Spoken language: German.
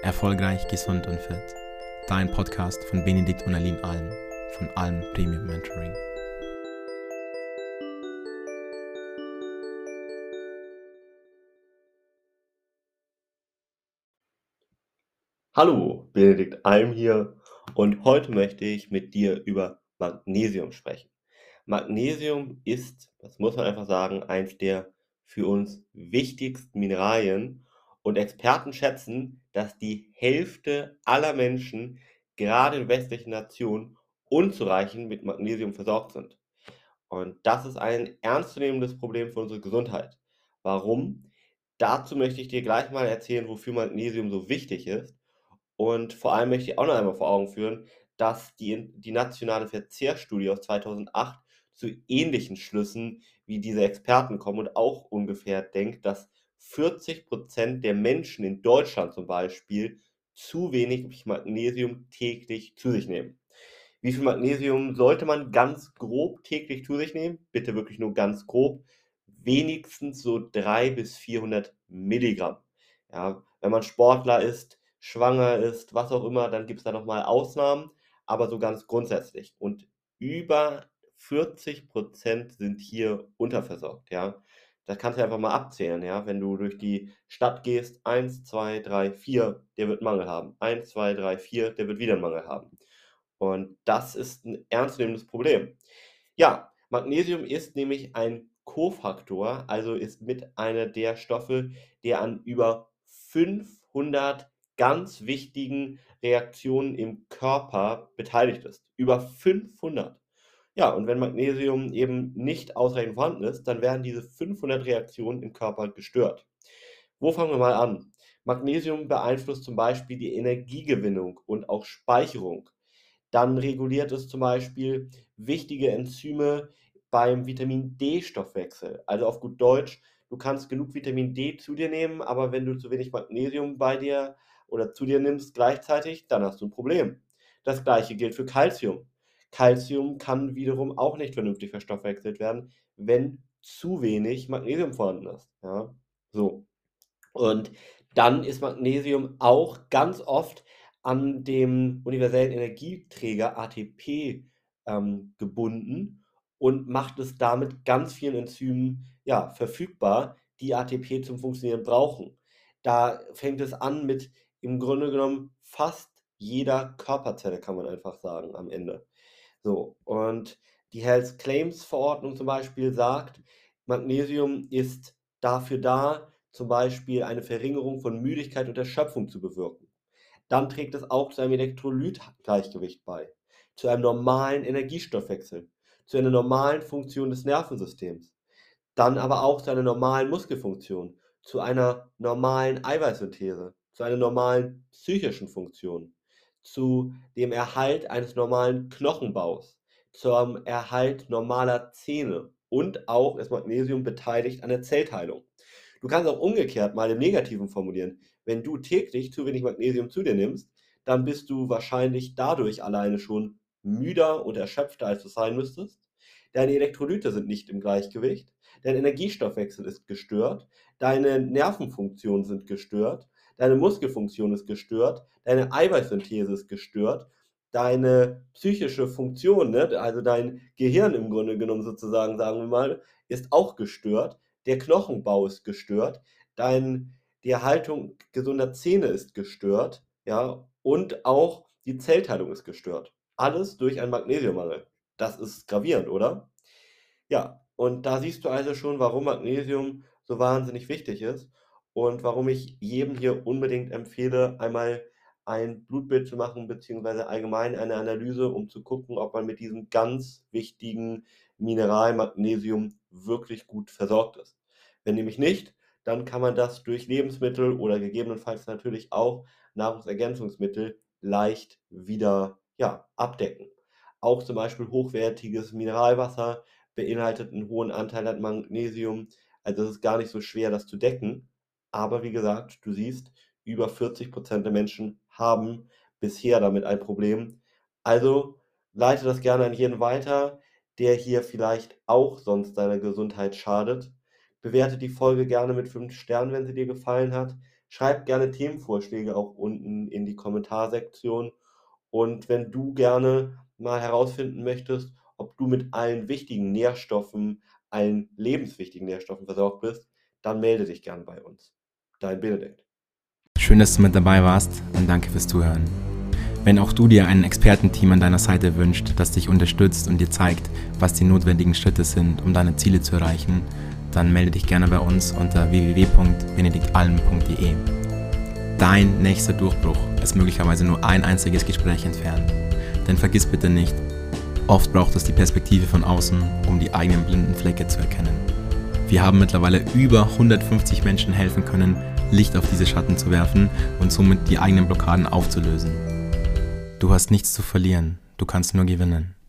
Erfolgreich, gesund und fit. Dein Podcast von Benedikt und Aline Alm von Alm Premium Mentoring. Hallo, Benedikt Alm hier und heute möchte ich mit dir über Magnesium sprechen. Magnesium ist, das muss man einfach sagen, eins der für uns wichtigsten Mineralien und Experten schätzen, dass die Hälfte aller Menschen, gerade in westlichen Nationen, unzureichend mit Magnesium versorgt sind. Und das ist ein ernstzunehmendes Problem für unsere Gesundheit. Warum? Dazu möchte ich dir gleich mal erzählen, wofür Magnesium so wichtig ist. Und vor allem möchte ich auch noch einmal vor Augen führen, dass die nationale Verzehrstudie aus 2008 zu ähnlichen Schlüssen wie diese Experten kommen und auch ungefähr denkt, dass 40% der Menschen in Deutschland zum Beispiel zu wenig Magnesium täglich zu sich nehmen. Wie viel Magnesium sollte man ganz grob täglich zu sich nehmen? Bitte wirklich nur ganz grob. Wenigstens so 300 bis 400 Milligramm. Ja, wenn man Sportler ist, schwanger ist, was auch immer, dann gibt es da nochmal Ausnahmen, aber so ganz grundsätzlich. Und über 40% sind hier unterversorgt. Ja. Das kannst du einfach mal abzählen. Ja. Wenn du durch die Stadt gehst, 1, 2, 3, 4, der wird Mangel haben. 1, 2, 3, 4, der wird wieder einen Mangel haben. Und das ist ein ernstzunehmendes Problem. Ja, Magnesium ist nämlich ein Kofaktor, also ist mit einer der Stoffe, der an über 500 ganz wichtigen Reaktionen im Körper beteiligt ist. Über 500. Ja, und wenn Magnesium eben nicht ausreichend vorhanden ist, dann werden diese 500 Reaktionen im Körper gestört. Wo fangen wir mal an? Magnesium beeinflusst zum Beispiel die Energiegewinnung und auch Speicherung. Dann reguliert es zum Beispiel wichtige Enzyme beim Vitamin-D-Stoffwechsel. Also auf gut Deutsch, du kannst genug Vitamin D zu dir nehmen, aber wenn du zu wenig Magnesium bei dir oder zu dir nimmst gleichzeitig, dann hast du ein Problem. Das gleiche gilt für Calcium. Calcium kann wiederum auch nicht vernünftig verstoffwechselt werden, wenn zu wenig Magnesium vorhanden ist. Ja, so. Und dann ist Magnesium auch ganz oft an dem universellen Energieträger ATP gebunden und macht es damit ganz vielen Enzymen ja, verfügbar, die ATP zum Funktionieren brauchen. Da fängt es an mit im Grunde genommen fast jeder Körperzelle, kann man einfach sagen, am Ende. So, und die Health Claims Verordnung zum Beispiel sagt, Magnesium ist dafür da, zum Beispiel eine Verringerung von Müdigkeit und Erschöpfung zu bewirken. Dann trägt es auch zu einem Elektrolytgleichgewicht bei, zu einem normalen Energiestoffwechsel, zu einer normalen Funktion des Nervensystems, dann aber auch zu einer normalen Muskelfunktion, zu einer normalen Eiweißsynthese, zu einer normalen psychischen Funktion, zu dem Erhalt eines normalen Knochenbaus, zum Erhalt normaler Zähne und auch ist Magnesium beteiligt an der Zellteilung. Du kannst auch umgekehrt mal im Negativen formulieren. Wenn du täglich zu wenig Magnesium zu dir nimmst, dann bist du wahrscheinlich dadurch alleine schon müder und erschöpfter, als du sein müsstest. Deine Elektrolyte sind nicht im Gleichgewicht. Dein Energiestoffwechsel ist gestört. Deine Nervenfunktionen sind gestört. Deine Muskelfunktion ist gestört. Deine Eiweißsynthese ist gestört. Deine psychische Funktion, ne, also dein Gehirn im Grunde genommen sozusagen, sagen wir mal, ist auch gestört. Der Knochenbau ist gestört. Die Erhaltung gesunder Zähne ist gestört. Ja, und auch die Zellteilung ist gestört. Alles durch einen Magnesiummangel. Das ist gravierend, oder? Ja, und da siehst du also schon, warum Magnesium so wahnsinnig wichtig ist und warum ich jedem hier unbedingt empfehle, einmal ein Blutbild zu machen, beziehungsweise allgemein eine Analyse, um zu gucken, ob man mit diesem ganz wichtigen Mineral Magnesium wirklich gut versorgt ist. Wenn nämlich nicht, dann kann man das durch Lebensmittel oder gegebenenfalls natürlich auch Nahrungsergänzungsmittel leicht wieder ja, abdecken. Auch zum Beispiel hochwertiges Mineralwasser beinhaltet einen hohen Anteil an Magnesium. Also es ist gar nicht so schwer, das zu decken. Aber wie gesagt, du siehst, über 40% der Menschen haben bisher damit ein Problem. Also leite das gerne an jeden weiter, der hier vielleicht auch sonst seiner Gesundheit schadet. Bewerte die Folge gerne mit 5 Sternen, wenn sie dir gefallen hat. Schreib gerne Themenvorschläge auch unten in die Kommentarsektion. Und wenn du gerne mal herausfinden möchtest, ob du mit allen wichtigen Nährstoffen, allen lebenswichtigen Nährstoffen versorgt bist, dann melde dich gerne bei uns. Dein Benedikt. Schön, dass du mit dabei warst und danke fürs Zuhören. Wenn auch du dir ein Expertenteam an deiner Seite wünschst, das dich unterstützt und dir zeigt, was die notwendigen Schritte sind, um deine Ziele zu erreichen, dann melde dich gerne bei uns unter www.benediktalm.de. Dein nächster Durchbruch ist möglicherweise nur ein einziges Gespräch entfernt. Denn vergiss bitte nicht, oft braucht es die Perspektive von außen, um die eigenen blinden Flecke zu erkennen. Wir haben mittlerweile über 150 Menschen helfen können, Licht auf diese Schatten zu werfen und somit die eigenen Blockaden aufzulösen. Du hast nichts zu verlieren, du kannst nur gewinnen.